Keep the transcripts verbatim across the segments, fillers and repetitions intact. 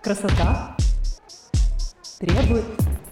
Красота требует...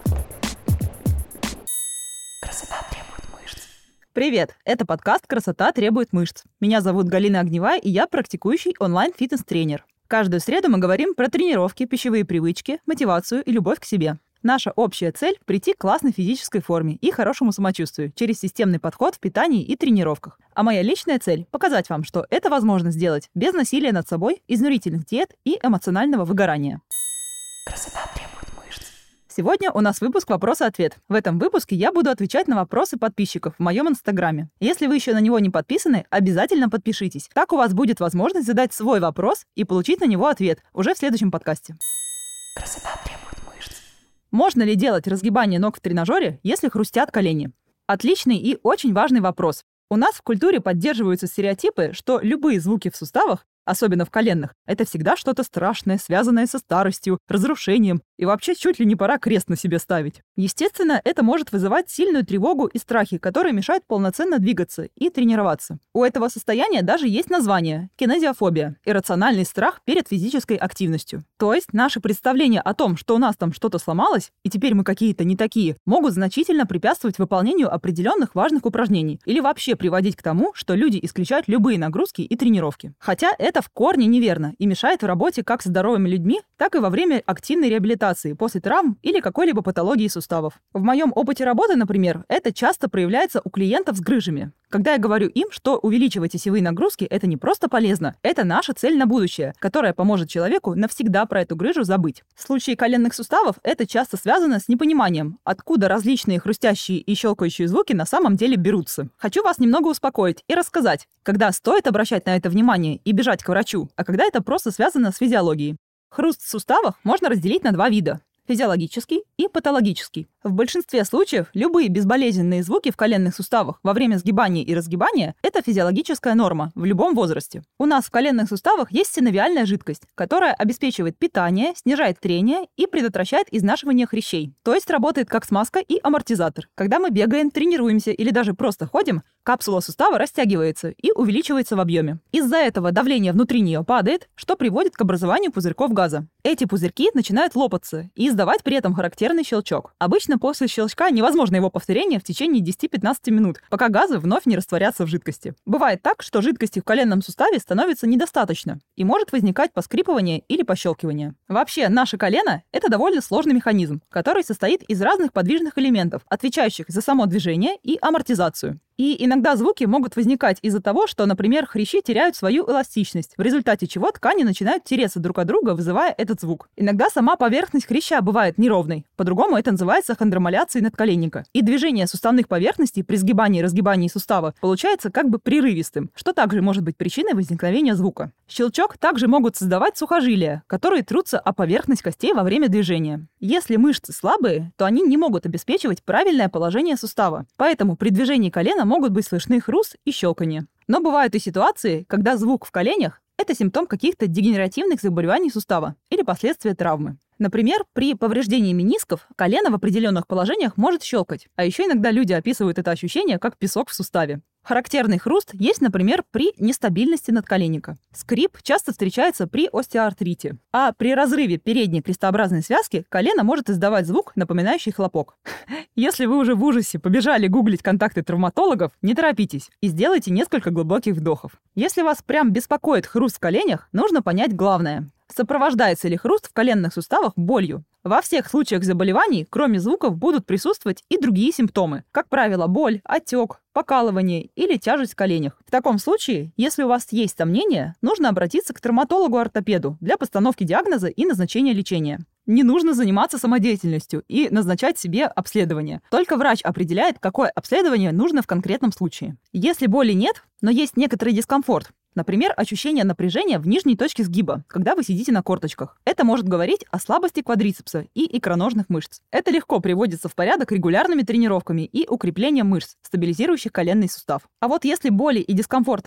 Красота требует мышц. Привет! Это подкаст «Красота требует мышц». Меня зовут Галина Огневая, и я практикующий онлайн-фитнес-тренер. Каждую среду мы говорим про тренировки, пищевые привычки, мотивацию и любовь к себе. Наша общая цель – прийти к классной физической форме и хорошему самочувствию через системный подход в питании и тренировках. А моя личная цель – показать вам, что это возможно сделать без насилия над собой, изнурительных диет и эмоционального выгорания. Красота требует мышц. Сегодня у нас выпуск «Вопрос-ответ». В этом выпуске я буду отвечать на вопросы подписчиков в моем инстаграме. Если вы еще на него не подписаны, обязательно подпишитесь. Так у вас будет возможность задать свой вопрос и получить на него ответ уже в следующем подкасте. Красота требует мышц. Можно ли делать разгибание ног в тренажере, если хрустят колени? Отличный и очень важный вопрос. У нас в культуре поддерживаются стереотипы, что любые звуки в суставах, особенно в коленных, это всегда что-то страшное, связанное со старостью, разрушением, и вообще чуть ли не пора крест на себе ставить. Естественно, это может вызывать сильную тревогу и страхи, которые мешают полноценно двигаться и тренироваться. У этого состояния даже есть название – кинезиофобия – иррациональный страх перед физической активностью. То есть наши представления о том, что у нас там что-то сломалось, и теперь мы какие-то не такие, могут значительно препятствовать выполнению определенных важных упражнений или вообще приводить к тому, что люди исключают любые нагрузки и тренировки. Хотя это в корне неверно и мешает в работе как с здоровыми людьми, так и во время активной реабилитации после травм или какой-либо патологии суставов. В моем опыте работы, например, это часто проявляется у клиентов с грыжами. Когда я говорю им, что увеличивать осевые нагрузки – это не просто полезно, это наша цель на будущее, которая поможет человеку навсегда про эту грыжу забыть. В случае коленных суставов это часто связано с непониманием, откуда различные хрустящие и щелкающие звуки на самом деле берутся. Хочу вас немного успокоить и рассказать, когда стоит обращать на это внимание и бежать к врачу, а когда это просто связано с физиологией. Хруст в суставах можно разделить на два вида – физиологический и патологический. В большинстве случаев любые безболезненные звуки в коленных суставах во время сгибания и разгибания – это физиологическая норма в любом возрасте. У нас в коленных суставах есть синовиальная жидкость, которая обеспечивает питание, снижает трение и предотвращает изнашивание хрящей. То есть работает как смазка и амортизатор. Когда мы бегаем, тренируемся или даже просто ходим, капсула сустава растягивается и увеличивается в объеме. Из-за этого давление внутри нее падает, что приводит к образованию пузырьков газа. Эти пузырьки начинают лопаться и издавать при этом характерный щелчок. Обычно после щелчка невозможно его повторение в течение десяти-пятнадцати минут, пока газы вновь не растворятся в жидкости. Бывает так, что жидкости в коленном суставе становится недостаточно, и может возникать поскрипывание или пощелкивание. Вообще, наше колено – это довольно сложный механизм, который состоит из разных подвижных элементов, отвечающих за само движение и амортизацию. И иногда звуки могут возникать из-за того, что, например, хрящи теряют свою эластичность, в результате чего ткани начинают тереться друг от друга, вызывая этот звук. Иногда сама поверхность хряща бывает неровной. По-другому это называется хондромаляцией надколенника. И движение суставных поверхностей при сгибании и разгибании сустава получается как бы прерывистым, что также может быть причиной возникновения звука. Щелчок также могут создавать сухожилия, которые трутся о поверхность костей во время движения. Если мышцы слабые, то они не могут обеспечивать правильное положение сустава. Поэтому при движении колена могут быть слышны хруст и щелканье. Но бывают и ситуации, когда звук в коленях – это симптом каких-то дегенеративных заболеваний сустава или последствия травмы. Например, при повреждении менисков колено в определенных положениях может щелкать, а еще иногда люди описывают это ощущение как песок в суставе. Характерный хруст есть, например, при нестабильности надколенника. Скрип часто встречается при остеоартрите. А при разрыве передней крестообразной связки колено может издавать звук, напоминающий хлопок. Если вы уже в ужасе побежали гуглить контакты травматологов, не торопитесь и сделайте несколько глубоких вдохов. Если вас прям беспокоит хруст в коленях, нужно понять главное. Сопровождается ли хруст в коленных суставах болью? Во всех случаях заболеваний, кроме звуков, будут присутствовать и другие симптомы. Как правило, боль, отек, покалывание или тяжесть в коленях. В таком случае, если у вас есть сомнения, нужно обратиться к травматологу-ортопеду для постановки диагноза и назначения лечения. Не нужно заниматься самодеятельностью и назначать себе обследование. Только врач определяет, какое обследование нужно в конкретном случае. Если боли нет, но есть некоторый дискомфорт, например, ощущение напряжения в нижней точке сгиба, когда вы сидите на корточках. Это может говорить о слабости квадрицепса и икроножных мышц. Это легко приводится в порядок регулярными тренировками и укреплением мышц, стабилизирующих коленный сустав. А вот если боли и дискомфорта нет,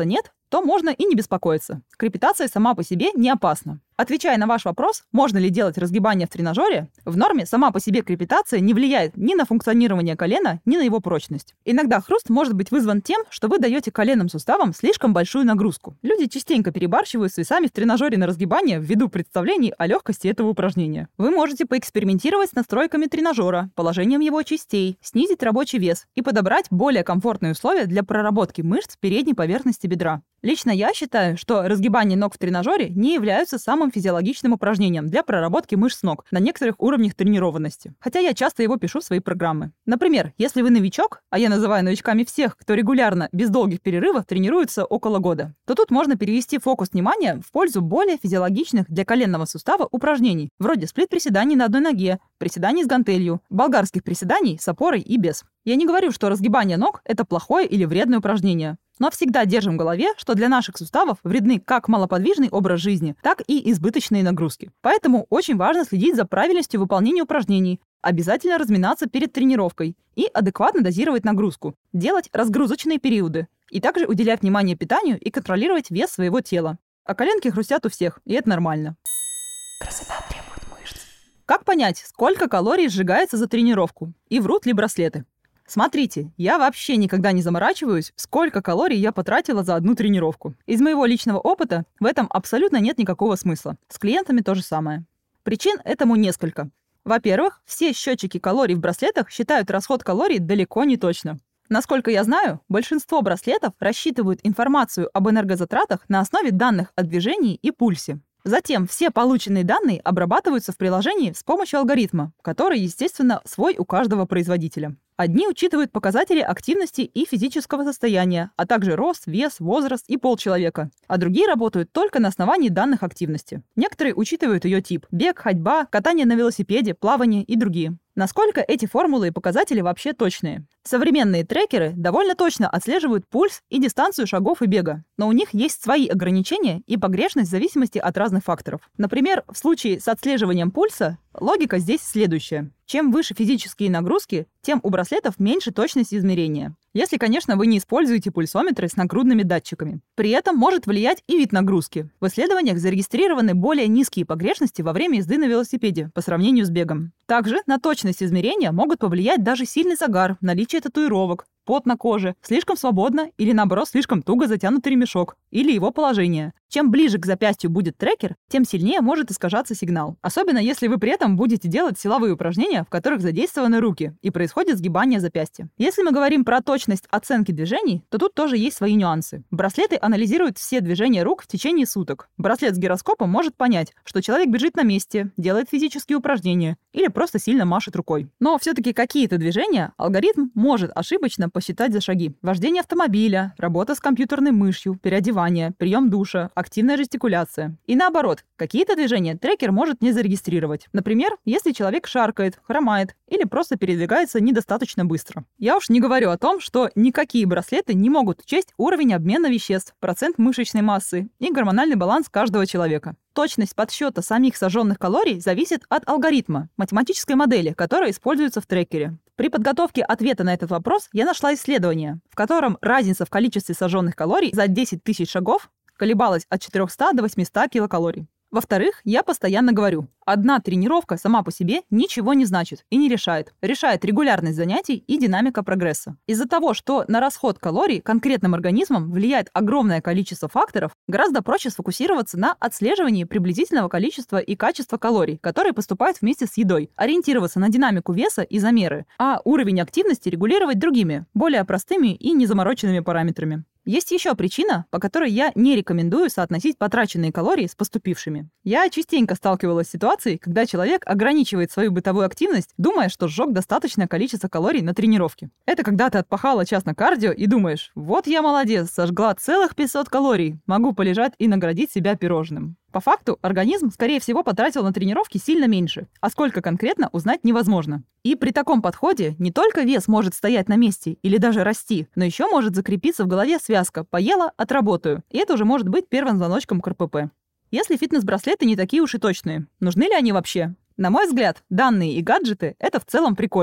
то можно и не беспокоиться. Гравитация сама по себе не опасна. Отвечая на ваш вопрос, можно ли делать разгибание в тренажере, в норме сама по себе гравитация не влияет ни на функционирование колена, ни на его прочность. Иногда хруст может быть вызван тем, что вы даете коленным суставам слишком большую нагрузку. Люди частенько перебарщивают с весами в тренажере на разгибание ввиду представлений о легкости этого упражнения. Вы можете поэкспериментировать с настройками тренажера, положением его частей, снизить рабочий вес и подобрать более комфортные условия для проработки мышц передней поверхности бедра. Лично я считаю, что разгибание ног в тренажере не являются самым физиологичным упражнением для проработки мышц ног на некоторых уровнях тренированности. Хотя я часто его пишу в свои программы. Например, если вы новичок, а я называю новичками всех, кто регулярно, без долгих перерывов тренируется около года, то тут можно перевести фокус внимания в пользу более физиологичных для коленного сустава упражнений, вроде сплит-приседаний на одной ноге, приседаний с гантелью, болгарских приседаний с опорой и без. Я не говорю, что разгибание ног – это плохое или вредное упражнение. Но всегда держим в голове, что для наших суставов вредны как малоподвижный образ жизни, так и избыточные нагрузки. Поэтому очень важно следить за правильностью выполнения упражнений, обязательно разминаться перед тренировкой и адекватно дозировать нагрузку, делать разгрузочные периоды и также уделять внимание питанию и контролировать вес своего тела. А коленки хрустят у всех, и это нормально. Красота требует мышц. Как понять, сколько калорий сжигается за тренировку? И врут ли браслеты? Смотрите, я вообще никогда не заморачиваюсь, сколько калорий я потратила за одну тренировку. Из моего личного опыта в этом абсолютно нет никакого смысла. С клиентами то же самое. Причин этому несколько. Во-первых, все счетчики калорий в браслетах считают расход калорий далеко не точно. Насколько я знаю, большинство браслетов рассчитывают информацию об энергозатратах на основе данных о движении и пульсе. Затем все полученные данные обрабатываются в приложении с помощью алгоритма, который, естественно, свой у каждого производителя. Одни учитывают показатели активности и физического состояния, а также рост, вес, возраст и пол человека, а другие работают только на основании данных активности. Некоторые учитывают ее тип – бег, ходьба, катание на велосипеде, плавание и другие. Насколько эти формулы и показатели вообще точные? Современные трекеры довольно точно отслеживают пульс и дистанцию шагов и бега, но у них есть свои ограничения и погрешность в зависимости от разных факторов. Например, в случае с отслеживанием пульса логика здесь следующая. Чем выше физические нагрузки, тем у браслетов меньше точность измерения. Если, конечно, вы не используете пульсометры с нагрудными датчиками. При этом может влиять и вид нагрузки. В исследованиях зарегистрированы более низкие погрешности во время езды на велосипеде по сравнению с бегом. Также на точность измерения могут повлиять даже сильный загар, наличие татуировок, пот на коже, слишком свободно или, наоборот, слишком туго затянутый ремешок, или его положение. Чем ближе к запястью будет трекер, тем сильнее может искажаться сигнал. Особенно если вы при этом будете делать силовые упражнения, в которых задействованы руки, и происходит сгибание запястья. Если мы говорим про точность оценки движений, то тут тоже есть свои нюансы. Браслеты анализируют все движения рук в течение суток. Браслет с гироскопом может понять, что человек бежит на месте, делает физические упражнения или просто сильно машет рукой. Но все-таки какие-то движения алгоритм может ошибочно посчитать за шаги. Вождение автомобиля, работа с компьютерной мышью, переодевание, прием душа, активная жестикуляция. И наоборот, какие-то движения трекер может не зарегистрировать. Например, если человек шаркает, хромает или просто передвигается недостаточно быстро. Я уж не говорю о том, что никакие браслеты не могут учесть уровень обмена веществ, процент мышечной массы и гормональный баланс каждого человека. Точность подсчета самих сожженных калорий зависит от алгоритма, математической модели, которая используется в трекере. При подготовке ответа на этот вопрос я нашла исследование, в котором разница в количестве сожженных калорий за десять тысяч шагов колебалась от четырёхсот до восьмисот килокалорий. Во-вторых, я постоянно говорю, одна тренировка сама по себе ничего не значит и не решает. Решает регулярность занятий и динамика прогресса. Из-за того, что на расход калорий конкретным организмом влияет огромное количество факторов, гораздо проще сфокусироваться на отслеживании приблизительного количества и качества калорий, которые поступают вместе с едой, ориентироваться на динамику веса и замеры, а уровень активности регулировать другими, более простыми и незамороченными параметрами. Есть еще причина, по которой я не рекомендую соотносить потраченные калории с поступившими. Я частенько сталкивалась с ситуацией, когда человек ограничивает свою бытовую активность, думая, что сжег достаточное количество калорий на тренировке. Это когда ты отпахала час на кардио и думаешь, вот я молодец, сожгла целых пятьсот калорий, могу полежать и наградить себя пирожным. По факту, организм, скорее всего, потратил на тренировки сильно меньше, а сколько конкретно узнать невозможно. И при таком подходе не только вес может стоять на месте или даже расти, но еще может закрепиться в голове связка «поела, отработаю», и это уже может быть первым звоночком к эр пэ пэ. Если фитнес-браслеты не такие уж и точные, нужны ли они вообще? На мой взгляд, данные и гаджеты — это в целом прикольно.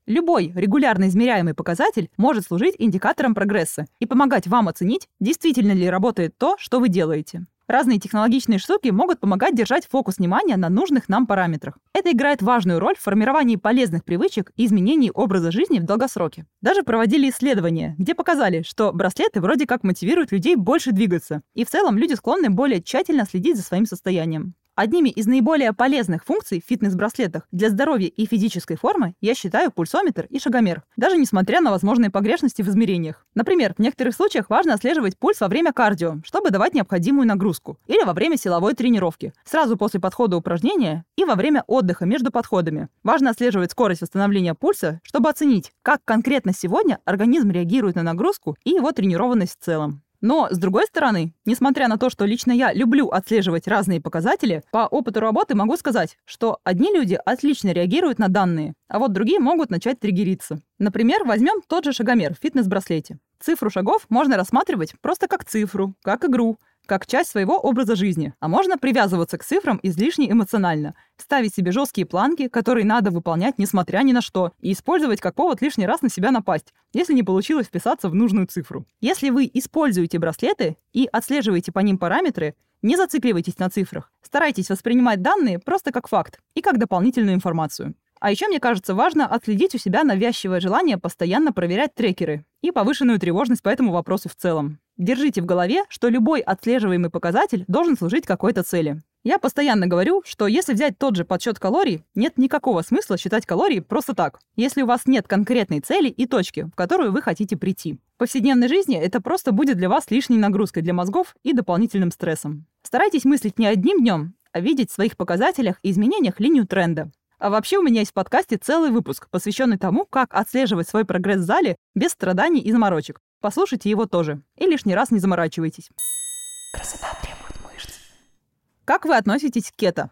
Любой регулярно измеряемый показатель может служить индикатором прогресса и помогать вам оценить, действительно ли работает то, что вы делаете. Разные технологичные штуки могут помогать держать фокус внимания на нужных нам параметрах. Это играет важную роль в формировании полезных привычек и изменении образа жизни в долгосроке. Даже проводили исследования, где показали, что браслеты вроде как мотивируют людей больше двигаться, и в целом люди склонны более тщательно следить за своим состоянием. Одними из наиболее полезных функций в фитнес-браслетах для здоровья и физической формы я считаю пульсометр и шагомер, даже несмотря на возможные погрешности в измерениях. Например, в некоторых случаях важно отслеживать пульс во время кардио, чтобы давать необходимую нагрузку, или во время силовой тренировки, сразу после подхода упражнения и во время отдыха между подходами. Важно отслеживать скорость восстановления пульса, чтобы оценить, как конкретно сегодня организм реагирует на нагрузку и его тренированность в целом. Но, с другой стороны, несмотря на то, что лично я люблю отслеживать разные показатели, по опыту работы могу сказать, что одни люди отлично реагируют на данные, а вот другие могут начать триггериться. Например, возьмем тот же шагомер в фитнес-браслете. Цифру шагов можно рассматривать просто как цифру, как игру, как часть своего образа жизни. А можно привязываться к цифрам излишне эмоционально, ставить себе жесткие планки, которые надо выполнять несмотря ни на что, и использовать как повод лишний раз на себя напасть, если не получилось вписаться в нужную цифру. Если вы используете браслеты и отслеживаете по ним параметры, не зацикливайтесь на цифрах. Старайтесь воспринимать данные просто как факт и как дополнительную информацию. А еще, мне кажется, важно отследить у себя навязчивое желание постоянно проверять трекеры и повышенную тревожность по этому вопросу в целом. Держите в голове, что любой отслеживаемый показатель должен служить какой-то цели. Я постоянно говорю, что если взять тот же подсчет калорий, нет никакого смысла считать калории просто так, если у вас нет конкретной цели и точки, в которую вы хотите прийти. В повседневной жизни это просто будет для вас лишней нагрузкой для мозгов и дополнительным стрессом. Старайтесь мыслить не одним днем, а видеть в своих показателях и изменениях линию тренда. А вообще у меня есть в подкасте целый выпуск, посвященный тому, как отслеживать свой прогресс в зале без страданий и заморочек. Послушайте его тоже. И лишний раз не заморачивайтесь. Красота требует мышц. Как вы относитесь к кето?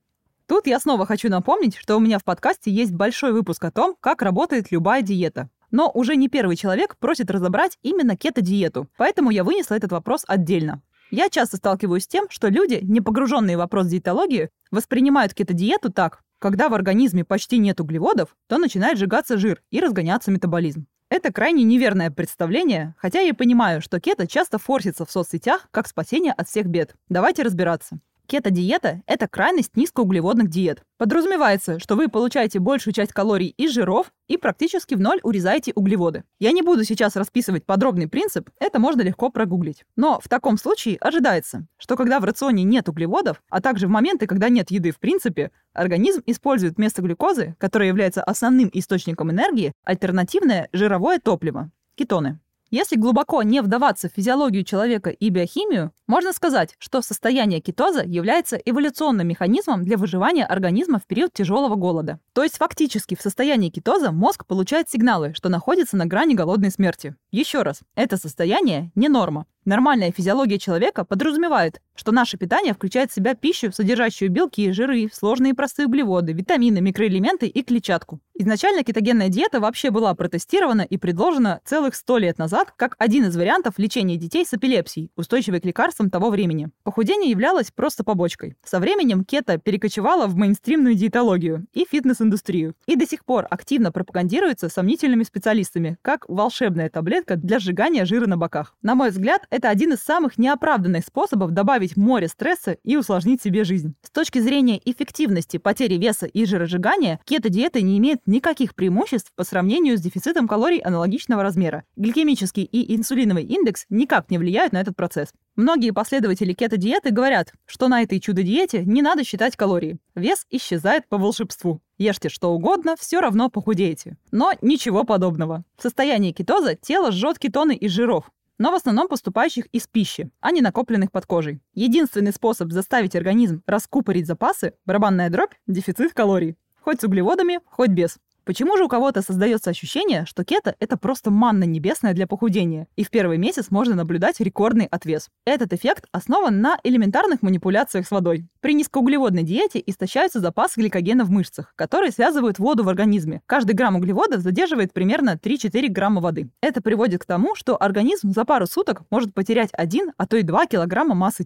Тут я снова хочу напомнить, что у меня в подкасте есть большой выпуск о том, как работает любая диета. Но уже не первый человек просит разобрать именно кето-диету, поэтому я вынесла этот вопрос отдельно. Я часто сталкиваюсь с тем, что люди, не погруженные в вопрос диетологии, воспринимают кето-диету так: когда в организме почти нет углеводов, то начинает сжигаться жир и разгоняться метаболизм. Это крайне неверное представление, хотя я понимаю, что кето часто форсится в соцсетях как спасение от всех бед. Давайте разбираться. Кето-диета – это крайность низкоуглеводных диет. Подразумевается, что вы получаете большую часть калорий из жиров и практически в ноль урезаете углеводы. Я не буду сейчас расписывать подробный принцип, это можно легко прогуглить. Но в таком случае ожидается, что когда в рационе нет углеводов, а также в моменты, когда нет еды в принципе, организм использует вместо глюкозы, которая является основным источником энергии, альтернативное жировое топливо – кетоны. Если глубоко не вдаваться в физиологию человека и биохимию, можно сказать, что состояние кетоза является эволюционным механизмом для выживания организма в период тяжелого голода. То есть фактически в состоянии кетоза мозг получает сигналы, что находится на грани голодной смерти. Еще раз, это состояние не норма. Нормальная физиология человека подразумевает, что наше питание включает в себя пищу, содержащую белки, жиры, сложные и простые углеводы, витамины, микроэлементы и клетчатку. Изначально кетогенная диета вообще была протестирована и предложена целых сто лет назад как один из вариантов лечения детей с эпилепсией, устойчивой к лекарствам того времени. Похудение являлось просто побочкой. Со временем кето перекочевало в мейнстримную диетологию и фитнес-индустрию и до сих пор активно пропагандируется сомнительными специалистами как волшебная таблетка для сжигания жира на боках. На мой взгляд, это один из самых неоправданных способов добавить море стресса и усложнить себе жизнь. С точки зрения эффективности потери веса и жиросжигания, кето-диета не имеет никаких преимуществ по сравнению с дефицитом калорий аналогичного размера. Гликемический и инсулиновый индекс никак не влияют на этот процесс. Многие последователи кето-диеты говорят, что на этой чудо-диете не надо считать калории. Вес исчезает по волшебству. Ешьте что угодно, все равно похудеете. Но ничего подобного. В состоянии кетоза тело жжет кетоны из жиров, но в основном поступающих из пищи, а не накопленных под кожей. Единственный способ заставить организм раскупорить запасы – барабанная дробь, дефицит калорий. Хоть с углеводами, хоть без. Почему же у кого-то создается ощущение, что кето – это просто манна небесная для похудения, и в первый месяц можно наблюдать рекордный отвес? Этот эффект основан на элементарных манипуляциях с водой. При низкоуглеводной диете истощаются запасы гликогена в мышцах, которые связывают воду в организме. Каждый грамм углеводов задерживает примерно три-четыре грамма воды. Это приводит к тому, что организм за пару суток может потерять один, а то и два килограмма массы тела.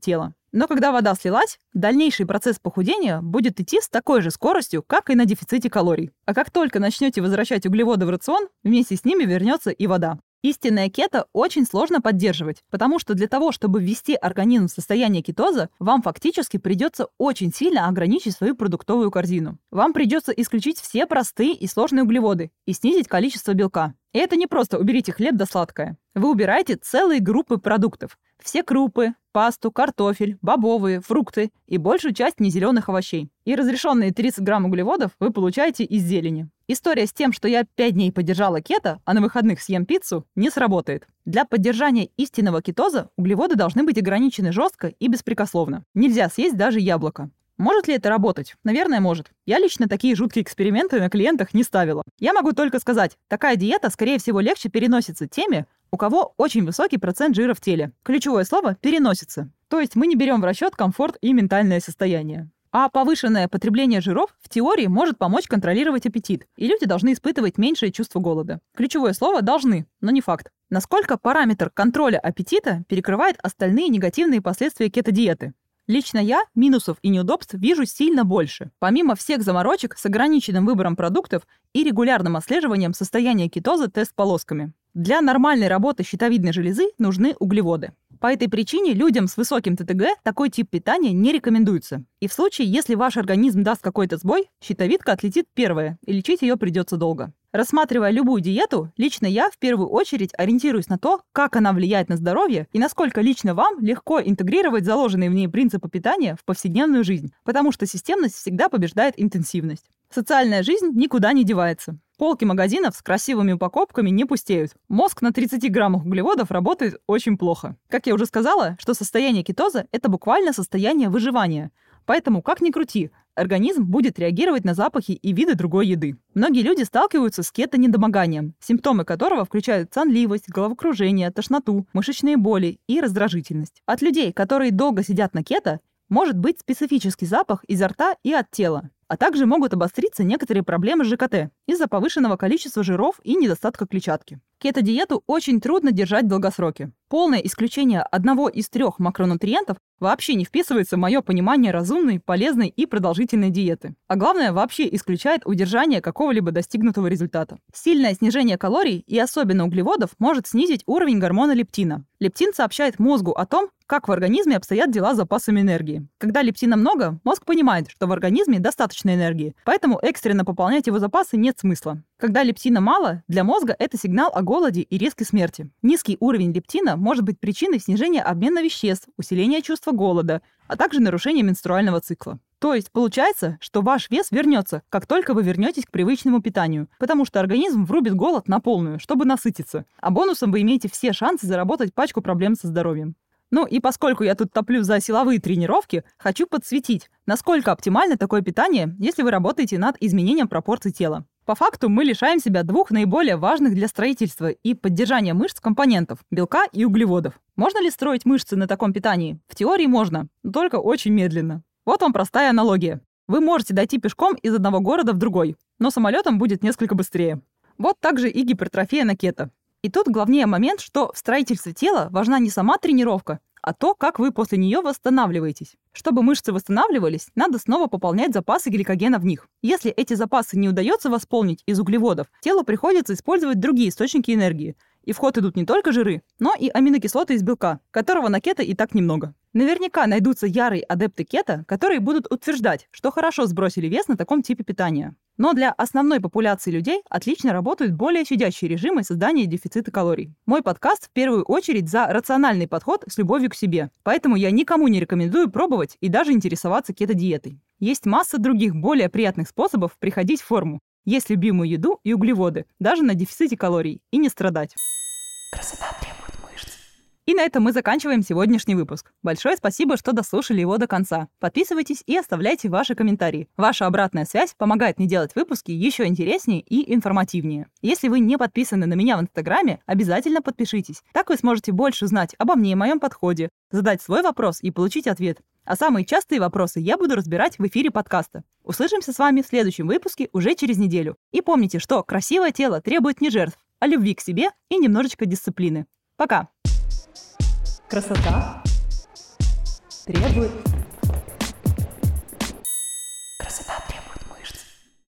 Но когда вода слилась, дальнейший процесс похудения будет идти с такой же скоростью, как и на дефиците калорий. А как только начнете возвращать углеводы в рацион, вместе с ними вернется и вода. Истинное кето очень сложно поддерживать, потому что для того, чтобы ввести организм в состояние кетоза, вам фактически придется очень сильно ограничить свою продуктовую корзину. Вам придется исключить все простые и сложные углеводы и снизить количество белка. И это не просто уберите хлеб да сладкое. Вы убираете целые группы продуктов. Все крупы, пасту, картофель, бобовые, фрукты и большую часть незеленых овощей. И разрешенные тридцать грамм углеводов вы получаете из зелени. История с тем, что я пять дней поддержала кето, а на выходных съем пиццу, не сработает. Для поддержания истинного кетоза углеводы должны быть ограничены жестко и беспрекословно. Нельзя съесть даже яблоко. Может ли это работать? Наверное, может. Я лично такие жуткие эксперименты на клиентах не ставила. Я могу только сказать, такая диета, скорее всего, легче переносится теми, у кого очень высокий процент жира в теле. Ключевое слово «переносится». То есть мы не берем в расчет комфорт и ментальное состояние. А повышенное потребление жиров в теории может помочь контролировать аппетит, и люди должны испытывать меньшее чувство голода. Ключевое слово «должны», но не факт. Насколько параметр контроля аппетита перекрывает остальные негативные последствия кето-диеты? Лично я минусов и неудобств вижу сильно больше. Помимо всех заморочек с ограниченным выбором продуктов и регулярным отслеживанием состояния кетоза тест-полосками. Для нормальной работы щитовидной железы нужны углеводы. По этой причине людям с высоким ТТГ такой тип питания не рекомендуется. И в случае, если ваш организм даст какой-то сбой, щитовидка отлетит первая, и лечить ее придется долго. Рассматривая любую диету, лично я в первую очередь ориентируюсь на то, как она влияет на здоровье и насколько лично вам легко интегрировать заложенные в ней принципы питания в повседневную жизнь, потому что системность всегда побеждает интенсивность. Социальная жизнь никуда не девается. Полки магазинов с красивыми упаковками не пустеют. Мозг на тридцати граммах углеводов работает очень плохо. Как я уже сказала, что состояние кетоза – это буквально состояние выживания. Поэтому, как ни крути, организм будет реагировать на запахи и виды другой еды. Многие люди сталкиваются с кето-недомоганием, симптомы которого включают сонливость, головокружение, тошноту, мышечные боли и раздражительность. От людей, которые долго сидят на кето, может быть специфический запах изо рта и от тела. А также могут обостриться некоторые проблемы с ЖКТ из-за повышенного количества жиров и недостатка клетчатки. Кето-диету очень трудно держать в долгосроке. Полное исключение одного из трех макронутриентов вообще не вписывается в мое понимание разумной, полезной и продолжительной диеты. А главное, вообще исключает удержание какого-либо достигнутого результата. Сильное снижение калорий и особенно углеводов может снизить уровень гормона лептина. Лептин сообщает мозгу о том, как в организме обстоят дела с запасами энергии. Когда лептина много, мозг понимает, что в организме достаточно энергии, поэтому экстренно пополнять его запасы нет смысла. Когда лептина мало, для мозга это сигнал о голоде и риске смерти. Низкий уровень лептина может быть причиной снижения обмена веществ, усиления чувства голода, а также нарушения менструального цикла. То есть получается, что ваш вес вернется, как только вы вернетесь к привычному питанию, потому что организм врубит голод на полную, чтобы насытиться, а бонусом вы имеете все шансы заработать пачку проблем со здоровьем. Ну и поскольку я тут топлю за силовые тренировки, хочу подсветить, насколько оптимально такое питание, если вы работаете над изменением пропорций тела. По факту мы лишаем себя двух наиболее важных для строительства и поддержания мышц компонентов – белка и углеводов. Можно ли строить мышцы на таком питании? В теории можно, но только очень медленно. Вот вам простая аналогия. Вы можете дойти пешком из одного города в другой, но самолетом будет несколько быстрее. Вот так же и гипертрофия на кето. И тут главнее момент, что в строительстве тела важна не сама тренировка, а то, как вы после нее восстанавливаетесь. Чтобы мышцы восстанавливались, надо снова пополнять запасы гликогена в них. Если эти запасы не удается восполнить из углеводов, телу приходится использовать другие источники энергии. И в ход идут не только жиры, но и аминокислоты из белка, которого на кето и так немного. Наверняка найдутся ярые адепты кето, которые будут утверждать, что хорошо сбросили вес на таком типе питания. Но для основной популяции людей отлично работают более щадящие режимы создания дефицита калорий. Мой подкаст в первую очередь за рациональный подход с любовью к себе, поэтому я никому не рекомендую пробовать и даже интересоваться кето-диетой. Есть масса других более приятных способов приходить в форму, есть любимую еду и углеводы, даже на дефиците калорий, и не страдать. Красота требует мышц. И на этом мы заканчиваем сегодняшний выпуск. Большое спасибо, что дослушали его до конца. Подписывайтесь и оставляйте ваши комментарии. Ваша обратная связь помогает мне делать выпуски еще интереснее и информативнее. Если вы не подписаны на меня в Инстаграме, обязательно подпишитесь. Так вы сможете больше узнать обо мне и моем подходе, задать свой вопрос и получить ответ. А самые частые вопросы я буду разбирать в эфире подкаста. Услышимся с вами в следующем выпуске уже через неделю. И помните, что красивое тело требует не жертв, а любви к себе и немножечко дисциплины. Пока! Красота требует